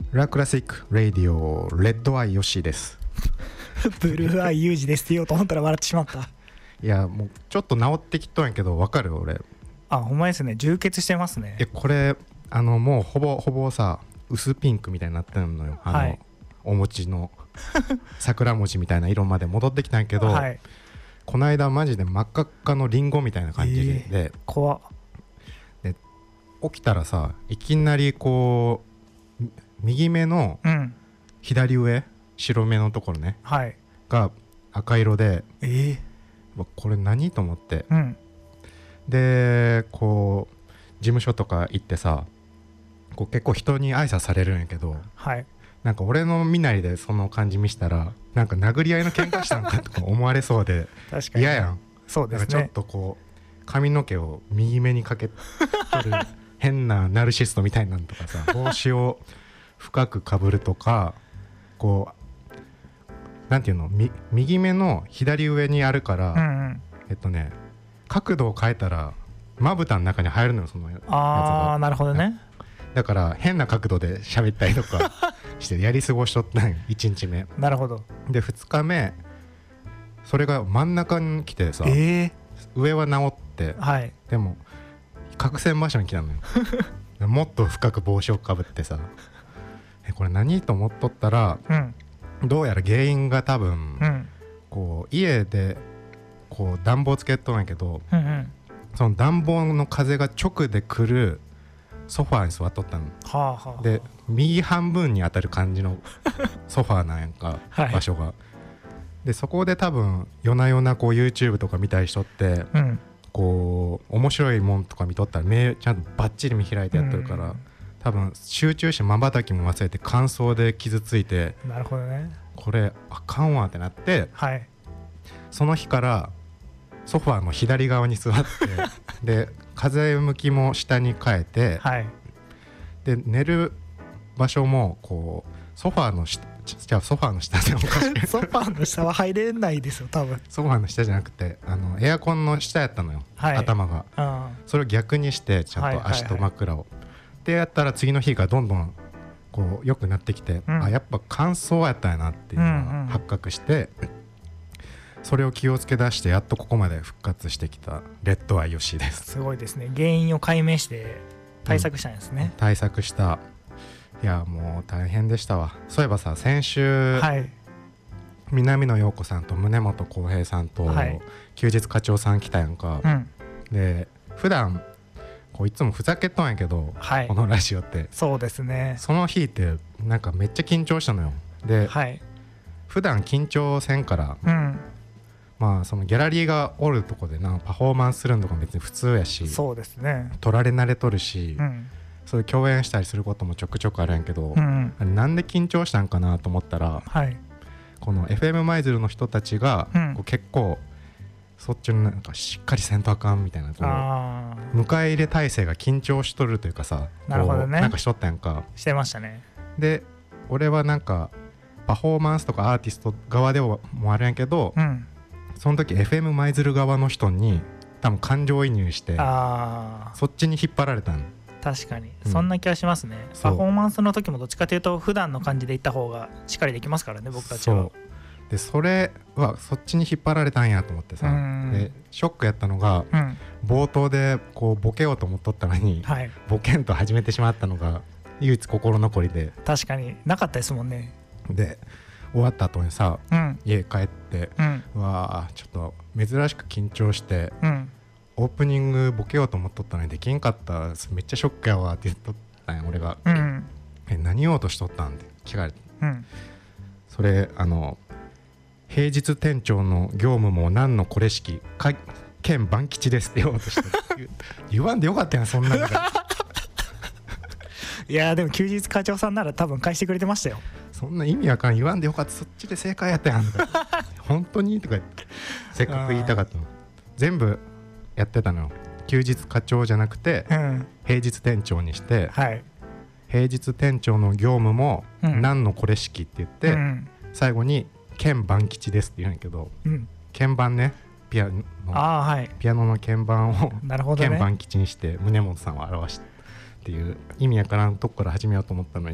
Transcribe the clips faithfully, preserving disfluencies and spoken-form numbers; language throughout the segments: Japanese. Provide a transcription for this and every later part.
ラクラシックラディオレッドアイヨッシーです。 ブルーアイユージですって言おうと思ったら笑ってしまった。 いやもうちょっと治ってきとんやけど分かる俺。 あ、ほんまですね。充血してますね。 いやこれあのもうほぼほぼさ薄ピンクみたいになってんのよ。あの、はい、お餅の桜餅みたいな色まで戻ってきたんやけど、はい、この間マジで真っ赤っかのリンゴみたいな感じで、えー、 怖っ。 で起きたらさいきなりこう右目の左上、うん、白目のところね、はい、が赤色で、えー、これ何と思って、うん、でこう事務所とか行ってさこう結構人に挨拶されるんやけど、はい、なんか俺の身なりでその感じ見したらなんか殴り合いの喧嘩したんかとか思われそうで確かに嫌やん。 そうですね。 ちょっとこう髪の毛を右目にかけてる変なナルシストみたいなんとかさ帽子を深くかぶるとかこうなんていうのみ右目の左上にあるから、うんうん、えっとね角度を変えたらまぶたの中に入るのよそのやつが。 あーなるほどね。 だから変な角度で喋ったりとかしてやり過ごしとったんよいちにちめ。 なるほど。でふつかめそれが真ん中に来てさ、えー、上は治って、はい、でも角栓場所に来たのよもっと深く帽子をかぶってさえこれ何と思っとったら、うん、どうやら原因が多分、うん、こう家でこう暖房つけとんやけど、うんうん、その暖房の風が直で来るソファーに座っとったの、はあはあ、で右半分に当たる感じのソファーなんやんか、はい、場所が。でそこで多分夜な夜なこう YouTube とか見たりしとって、うん、こう面白いもんとか見とったら目ちゃんとバッチリ見開いてやってるから、うん、多分集中してまばたきも忘れて乾燥で傷ついて、 なるほどね、 これあかんわってなって、はい、その日からソファーの左側に座ってで風向きも下に変えて、はい、で寝る場所もこうソファーの下じゃあソファーの下でおかしいソファーの下は入れないですよ多分。 ソファーの下じゃなくてあのエアコンの下やったのよ、はい、頭が。それを逆にしてちゃんと足と枕を、はいはいはい、でやったら次の日がどんどんこう良くなってきて、うん、あやっぱ乾燥やったんやなっていうのが発覚して、うんうん、それを気をつけ出してやっとここまで復活してきたレッドアイヨッシーです。 すごいですね。原因を解明して対策したんですね、うん、 対策した。いやもう大変でしたわ。そういえばさ先週、はい、南野陽子さんと宗本浩平さんと、はい、休日課長さん来たやんか、うん、で普段こういつもふざけとんやけど、はい、このラジオってそうですね。 その日ってなんかめっちゃ緊張したのよ。で、はい、普段緊張せんから、うん、まあそのギャラリーがおるとこでなパフォーマンスするのとか別に普通やし、 そうですね、 取られ慣れとるし、うん、そういう共演したりすることもちょくちょくあるんやけど、うんうん、なんで緊張したんかなと思ったら、はい、この エフエム 舞鶴の人たちが、うん、こう結構そっちのなんかしっかりせんとあかんみたいなこう迎え入れ体制が緊張しとるというかさ、 なるほどね、 なんかしとったやんか。 してましたね。 で俺はなんかパフォーマンスとかアーティスト側でもあるんやけど、うん、その時 エフエム 舞鶴側の人に多分感情移入してあそっちに引っ張られたん。 確かに、うん、そんな気がしますね。パフォーマンスの時もどっちかというと普段の感じでいった方がしっかりできますからね僕たちは。 そうでそれはそっちに引っ張られたんやと思ってさ、でショックやったのが、うん、冒頭でこうボケようと思っとったのに、はい、ボケんと始めてしまったのが唯一心残りで。 確かになかったですもんね。 で終わった後にさ、うん、家帰って、うん、うわーちょっと珍しく緊張して、うん、オープニングボケようと思っとったのにできんかった、めっちゃショックやわって言っとったんや俺が、うん、え何言おうとしとったんって聞かれて、うん、それあの平日店長の業務も何のこれしき兼番吉ですって言おうとして言わんでよかったやんそんなのいやでも休日課長さんなら多分返してくれてましたよ。 そんな意味わかん言わんでよかった、そっちで正解やったやんとか本当にとか言ってせっかく言いたかったの全部やってたのよ。休日課長じゃなくて、うん、平日店長にして、はい、平日店長の業務も何のこれしきって言って、うん、最後に鍵盤吉ですって言うんやけど、うん、鍵盤ねピアノ、あ、はい、ピアノの鍵盤を鍵盤吉にして宗本さんを表してっていう意味やからんとこから始めようと思ったのにさ、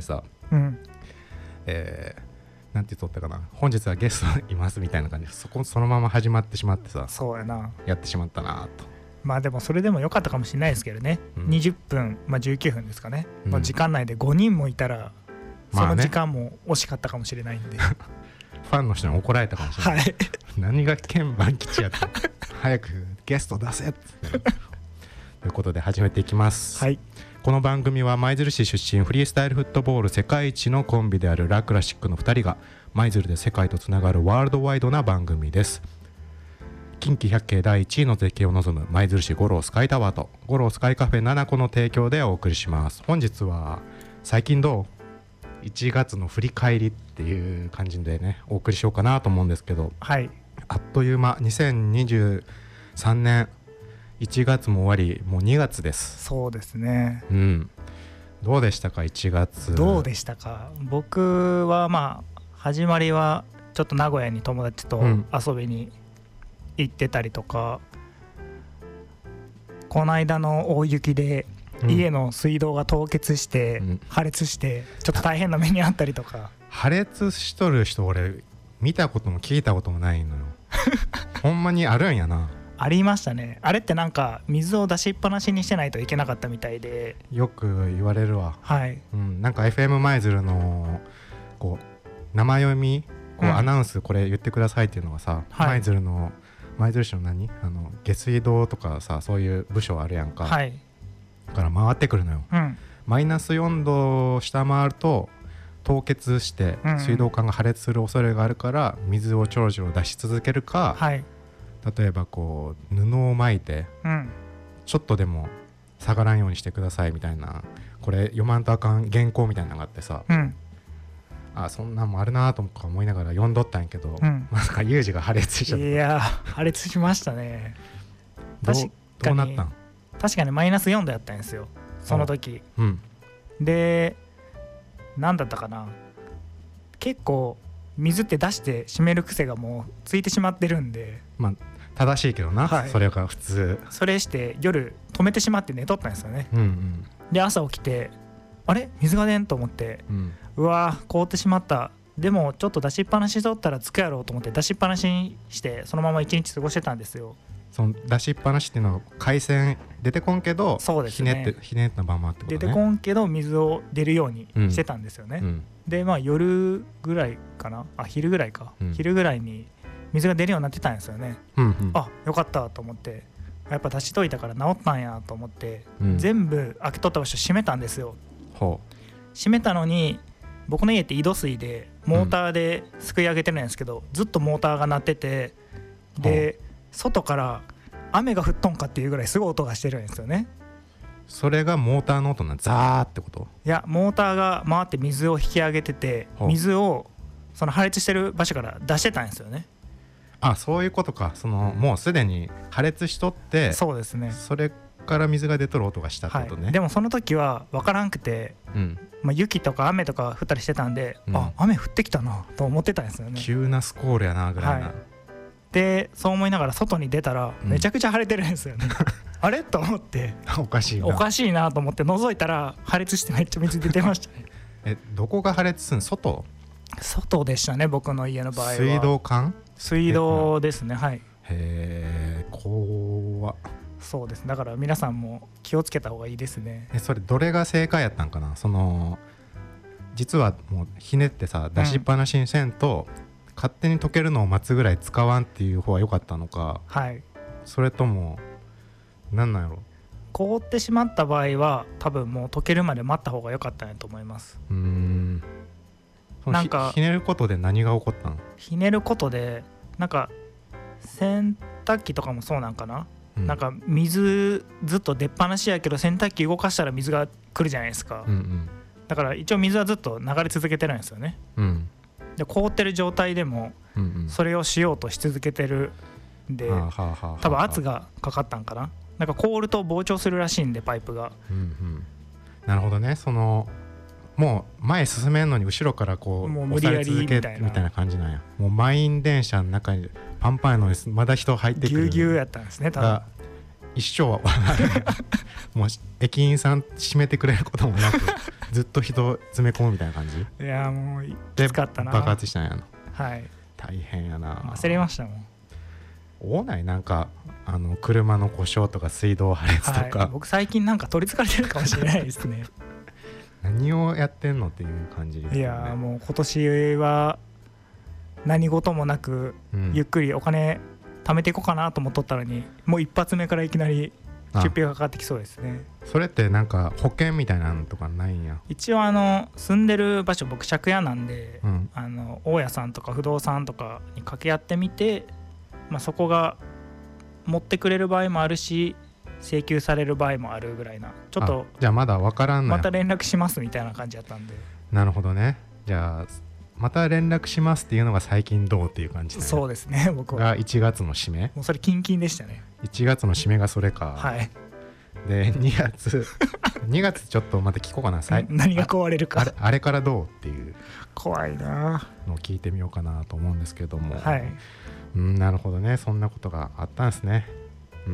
うん、 えー、なんて言っとったかな、本日はゲストいますみたいな感じで、そこそのまま始まってしまってさ、 そうやな、 やってしまったなと。 まあでもそれでも良かったかもしれないですけどね、うん、にじゅっぷん、まあ、じゅうきゅうふんですかね、うん、の時間内でごにんもいたらその時間も惜しかったかもしれないんで、まあね、 ファンの人に怒られたかもしれない、はい、何が鍵盤吉やって早くゲスト出せってということで始めていきます、はい、この番組は舞鶴市出身フリースタイルフットボール世界一のコンビであるラ・クラシックのふたりが舞鶴で世界とつながるワールドワイドな番組です。近畿百景だいいちいの絶景を望む舞鶴市五郎スカイタワーと五郎スカイカフェななこの提供でお送りします。本日は最近どういちがつの振り返りっていう感じでねお送りしようかなと思うんですけど、 はい、 あっという間にせんにじゅうさんねんいちがつも終わり、もうにがつです。 そうですね、 うん、どうでしたかいちがつ。 どうでしたか。僕はまあ始まりはちょっと名古屋に友達と遊びに行ってたりとか、うん、この間の大雪で家の水道が凍結して破裂してちょっと大変な目にあったりとか、うん、 破裂しとる人俺見たことも聞いたこともないのよほんまにあるんやな。 ありましたね。あれってなんか水を出しっぱなしにしてないといけなかったみたいで、 よく言われるわ。 はい、 うん、なんか エフエム 舞鶴のこう生読みこうアナウンスこれ言ってくださいっていうのがさ、舞鶴の舞鶴市の何あの下水道とかさ、そういう部署あるやんか、 はい、 だから回ってくるのよ、うん、マイナスよんどを下回ると凍結して水道管が破裂する恐れがあるから水をちょろちょろ出し続けるか、はい、例えばこう布を巻いてちょっとでも下がらんようにしてくださいみたいな、これ読まんとあかん原稿みたいなのがあってさ、うん、あそんなんもあるなとか思いながら読んどったんやけど、うん、まさか有事が破裂しちゃった。 いや破裂しましたね。 確かにどうなったん。 確かにマイナスよんどやったんですよその時、うん、で何だったかな、結構水って出して閉める癖がもうついてしまってるんで、 まあ正しいけどな、はい、それが普通。 それして夜止めてしまって寝とったんですよね、うんうん、で朝起きてあれ水が出んと思って、うん、うわ凍ってしまった、でもちょっと出しっぱなしとったらつくやろうと思って出しっぱなしにしてそのまま一日過ごしてたんですよ。 その出しっぱなしっていうのは回線出てこんけど、 そうですね、 ひねってひねったままってことね。 出てこんけど水を出るようにしてたんですよね、うんうん、でまあ夜ぐらいかなあ昼ぐらいか、うん、昼ぐらいに水が出るようになってたんですよね、うんうん、あよかったと思って、やっぱ出しといたから治ったんやと思って、うん、全部開けとった場所閉めたんですよ。ほう閉めたのに僕の家って井戸水でモーターですくい上げてるんですけど、うん、ずっとモーターが鳴ってて、で外から雨が降っとんかっていうぐらいすごい音がしてるんですよね。 それがモーターの音な、ザーってこと？ いやモーターが回って水を引き上げてて、水をその破裂してる場所から出してたんですよね。 あ、そういうことか。そのもうすでに破裂しとって、 そうですね、 それから水が出とる音がしたってことね、 はい、でもその時は分からんくて、うんまあ、雪とか雨とか降ったりしてたんで、うん、あ雨降ってきたなと思ってたんですよね。 急なスコールやなぐらいな、はい、 でそう思いながら外に出たらめちゃくちゃ晴れてるんですよね、うん、あれと思っておかしいなおかしいなと思って覗いたら破裂してめっちゃ水出てましたねえどこが破裂するん？外？ 外でしたね僕の家の場合は。 水道管？ 水道ですね、はい。 へー怖っ。 そうです、だから皆さんも気をつけた方がいいですね。 えそれどれが正解やったんかな。その実はもうひねってさ出しっぱなしにせんと、うん、勝手に溶けるのを待つぐらい使わんっていう方が良かったのか、はい、それとも何なんやろ。 凍ってしまった場合は多分もう溶けるまで待った方が良かったんやと思います。 うーんなんか ひ, ひねることで何が起こったの？ ひねることでなんか洗濯機とかもそうなんかな、うん、なんか水ずっと出っ放しやけど洗濯機動かしたら水が来るじゃないですか、うんうん、だから一応水はずっと流れ続けてるんですよね、うん、で凍ってる状態でもそれをしようとし続けてるんで、うんうん、多分圧がかかったんかな。なんか凍ると膨張するらしいんでパイプが、うんうん、 なるほどね。そのもう前進めんのに後ろからこう押され続けみたいな感じなんや。もう満員電車の中にパンパンやのにまだ人入ってくる。 ぎゅうぎゅうやったんですね多分。 一生はもう駅員さん閉めてくれることもなくずっと人詰め込むみたいな感じ。 いやもうきつかったな。 爆発したんやな。 はい。 大変やな。 焦りましたもん。 多ないなんかあの車の故障とか水道破裂とか、はい、 僕最近なんか取りつかれてるかもしれないですね。 何をやってんのっていう感じですね。 いやもう今年は何事もなく、うん、ゆっくりお金貯めていこうかなと思っとったのに、もう一発目からいきなり出費がかかってきそうですね。 それってなんか保険みたいなのとかないんや。 一応あの住んでる場所僕借家なんで、 うん、 あの大家さんとか不動産とかに掛け合ってみて、まあ、そこが持ってくれる場合もあるし請求される場合もあるぐらいな、ちょっとじゃあまだ分からんのや。 また連絡しますみたいな感じだったんで。 なるほどね。じゃあまた連絡しますっていうのが最近どうっていう感じ、ね、 そうですね。僕はがいちがつの締め。 もうそれキンキンでしたね。 いちがつの締めがそれか。 はい。 でにがつにがつちょっとまた聞こうかな。 何が壊れるかあ, あ, れあれからどうっていう怖いなのを聞いてみようかなと思うんですけども、 はい、 うん、なるほどね。そんなことがあったんですね。うん、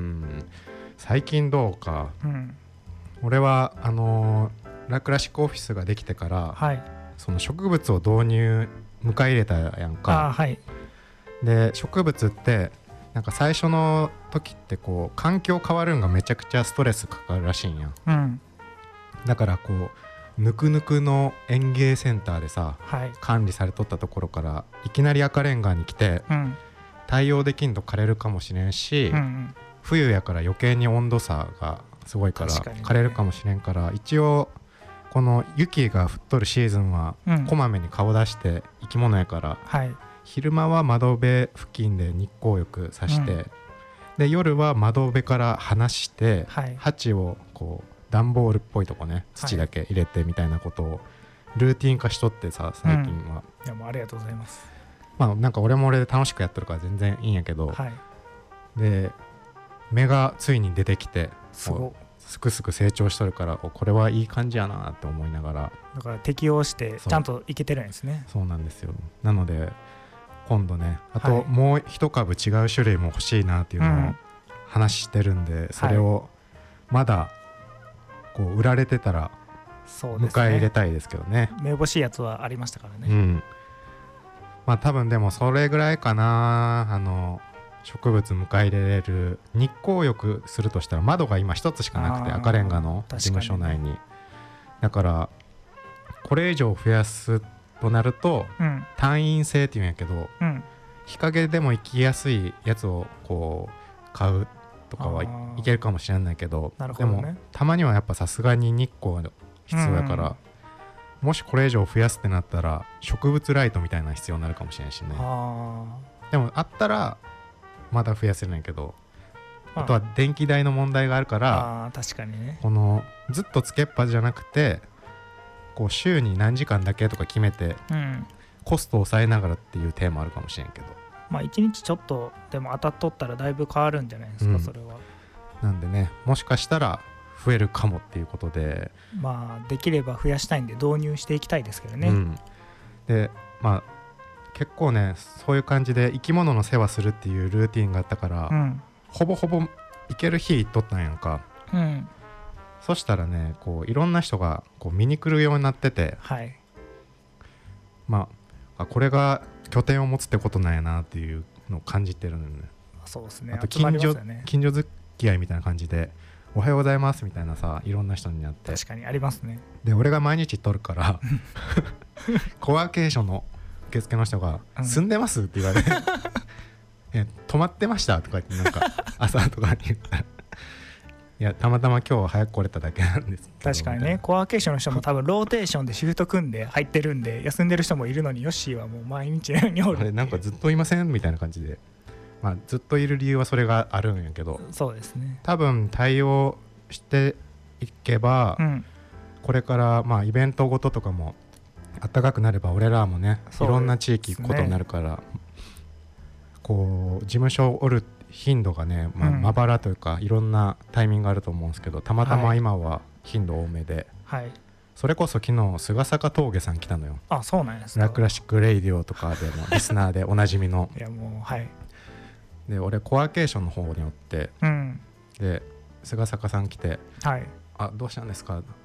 最近どうか、 うん、 俺はあのー、ラクラシックオフィスができてから、 はい、 その植物を導入迎え入れたやんか。 あ、はい、 で植物ってなんか最初の時ってこう環境変わるんがめちゃくちゃストレスかかるらしいんや、 うん、 だからこうぬくぬくの園芸センターでさ、 はい、 管理されとったところからいきなり赤レンガに来て、 うん、 対応できんと枯れるかもしれんし、 うんうん、 冬やから余計に温度差がすごいから枯れるかもしれんから、一応この雪が降っとるシーズンはこまめに顔出して生き物やから、 はい、 昼間は窓辺付近で日光浴さして、うん、で夜は窓辺から離して、はい、鉢をこう段ボールっぽいとこね、土だけ入れてみたいなことをルーティン化しとってさ最近は、 うん、いやもうありがとうございます。 まあなんか俺も俺で楽しくやってるから全然いいんやけど、 はい、 で芽がついに出てきてすごすくすく成長しとるから、これはいい感じやなって思いながら、 だから適応してちゃんといけてるんですね。 そうなんですよ。なので今度ね、あともう一株違う種類も欲しいなっていうのを話してるんで、うん、それをまだこう売られてたら迎え入れたいですけどね。 めぼしいやつはありましたからね。 うん、まあ多分でもそれぐらいかな。あの植物迎え入れれる日光浴するとしたら窓が今一つしかなくて、赤レンガの事務所内に、ね、だからこれ以上増やすとなると、うん、単陰性っていうんやけど、うん、日陰でも生きやすいやつをこう買うとかはいけるかもしれないけど、 どね、 でもたまにはやっぱさすがに日光が必要やから、うんうん、もしこれ以上増やすってなったら植物ライトみたいな必要になるかもしれないしね。 あでもあったらまだ増やせるんやけど、あとは電気代の問題があるから、 あ確かにね、 このずっとつけっぱじゃなくてこう週に何時間だけとか決めて、うん、コストを抑えながらっていうテーマあるかもしれんけど、 まあいちにちちょっとでも当たっとったらだいぶ変わるんじゃないですか、うん、それは。 なんでね、もしかしたら増えるかもっていうことで、 まあできれば増やしたいんで導入していきたいですけどね、 うん、でまあ結構ねそういう感じで生き物の世話するっていうルーティンがあったから、うん、ほぼほぼ行ける日行っとったんやんか、 うん、 そしたらねこういろんな人がこう見に来るようになってて、 はい、 まあこれが拠点を持つってことなんやなっていうのを感じてるのよね。 そうですね。 あと近所、ね、近所付き合いみたいな感じでおはようございますみたいなさ、いろんな人になって、 確かにありますね。 で俺が毎日撮るからコワーケーションの受付の人が、うん、住んでますって言われてえ泊まってましたとか言ってなんか朝とかに言ったらいやたまたま今日早く来れただけなんですけど。 確かにね、コワーケーションの人も多分ローテーションでシフト組んで入ってるんで休んでる人もいるのに、ヨッシーはもう毎日のようにおる。 あれなんかずっといませんみたいな感じで、まあ、ずっといる理由はそれがあるんやけど、 そうですね、 多分対応していけば、うん、これからまあイベントごととかも暖かくなれば俺らもねいろんな地域行くことになるから、ね、こう事務所おる頻度がねまあ、まばらというかいろんなタイミングがあると思うんですけど、たまたま今は頻度多めで、 はい、 それこそ昨日菅坂峠さん来たのよ。 あ、そうなんですか。 ラクラシックレイディオとかでもリスナーでおなじみのいやもうはいで俺コワーケーションの方におって、うん、で菅坂さん来て、 はい、 あどうしたんですか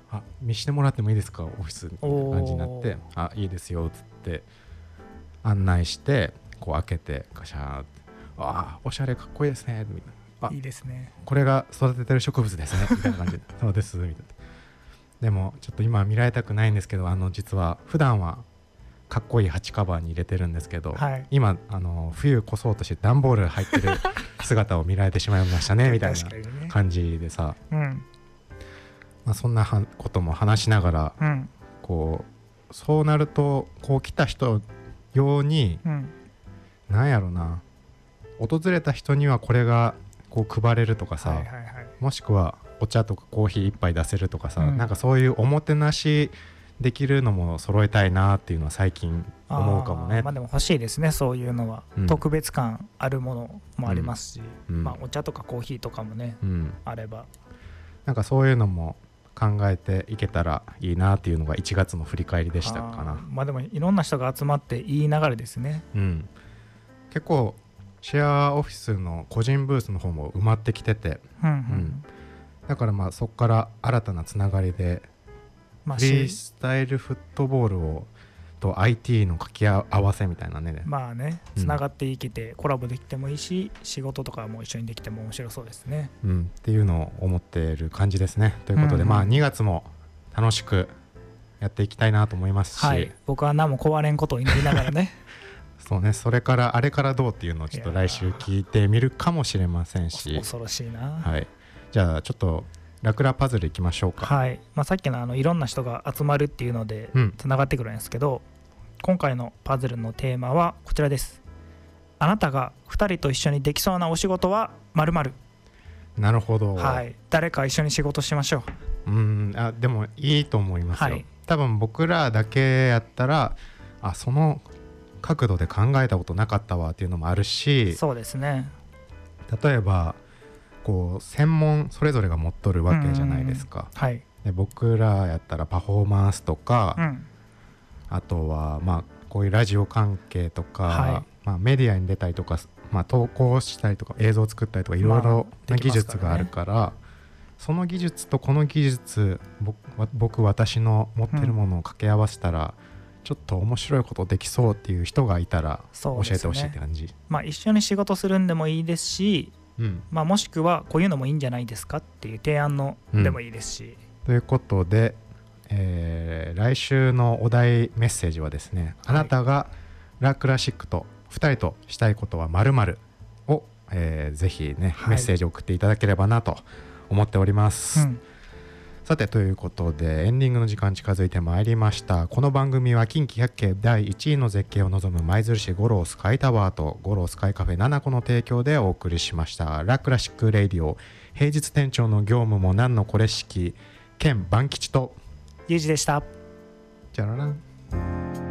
あ見してもらってもいいですかオフィスみたいな感じになって、あいいですよっつって案内してこう開けてガシャーって、あおしゃれかっこいいですねみたいな、あいいですね、 これが育ててる植物ですねみたいな感じでそうですみたいな。でもちょっと今見られたくないんですけど、あの実は普段はかっこいい鉢カバーに入れてるんですけど、はい、今あの冬越そうとして段ボール入ってる姿を見られてしまいましたねみたいな感じでさ、うん、まあ、そんなはことも話しながら、うん、こうそうなるとこう来た人用に、うん、なんやろな、訪れた人にはこれがこう配れるとかさ、はいはいはい、もしくはお茶とかコーヒー一杯出せるとかさ、うん、なんかそういうおもてなしできるのも揃えたいなっていうのは最近思うかもね。 あ、まあ、でも欲しいですね、そういうのは、うん、特別感あるものもありますし、うん、まあ、お茶とかコーヒーとかもね、うん、あればなんかそういうのも考えていけたらいいなっていうのがいちがつの振り返りでしたかな。 あ、まあ、でもいろんな人が集まっていい流れですね、 うん、結構シェアオフィスの個人ブースの方も埋まってきてて、うんうんうん、だからまあそこから新たなつながりでフリースタイルフットボールをと アイティー の掛け合わせみたいなね、 まあね、つながっていけて、うん、コラボできてもいいし、仕事とかも一緒にできても面白そうですね、 うん、っていうのを思っている感じですね。ということで、うんうん、まあにがつも楽しくやっていきたいなと思いますし、はい、 僕は何も壊れんことを祈りながらねそうね、それからあれからどうっていうのをちょっと来週聞いてみるかもしれませんし、 恐ろしいな、 はい、じゃあちょっとラクラパズルいきましょうか。 はい、まあ、さっきのあのいろんな人が集まるっていうのでつながってくるんですけど、うん、今回のパズルのテーマはこちらです。あなたがふたりと一緒にできそうなお仕事は〇〇。 なるほど、 はい、誰か一緒に仕事しましょう。うん、あでもいいと思いますよ、はい、多分僕らだけやったらあその角度で考えたことなかったわっていうのもあるし、 そうですね、 例えばこう専門それぞれが持っとるわけじゃないですか、 はい、 で僕らやったらパフォーマンスとか、うん、あとはまあこういうラジオ関係とか、はい、まあ、メディアに出たりとか、まあ、投稿したりとか映像を作ったりとかいろいろな技術があるから、まあ、その技術とこの技術 僕, 僕私の持ってるものを掛け合わせたら、うん、ちょっと面白いことできそうっていう人がいたら教えてほしいって感じ、ね、 まあ、一緒に仕事するんでもいいですし、うん、まあ、もしくはこういうのもいいんじゃないですかっていう提案のでもいいですし、うん、 ということで、えー、来週のお題メッセージはですね、はい、あなたがラクラシックとふたりとしたいことは〇〇を、えー、ぜひね、はい、メッセージを送っていただければなと思っております、うん、さてということでエンディングの時間近づいてまいりました。この番組は近畿百景だいいちいの絶景を望む舞鶴市五郎スカイタワーと五郎スカイカフェななこの提供でお送りしました。ラクラシックレイディオ、平日店長の業務も何のこれしき兼番吉とゆうじでした。 じゃららん。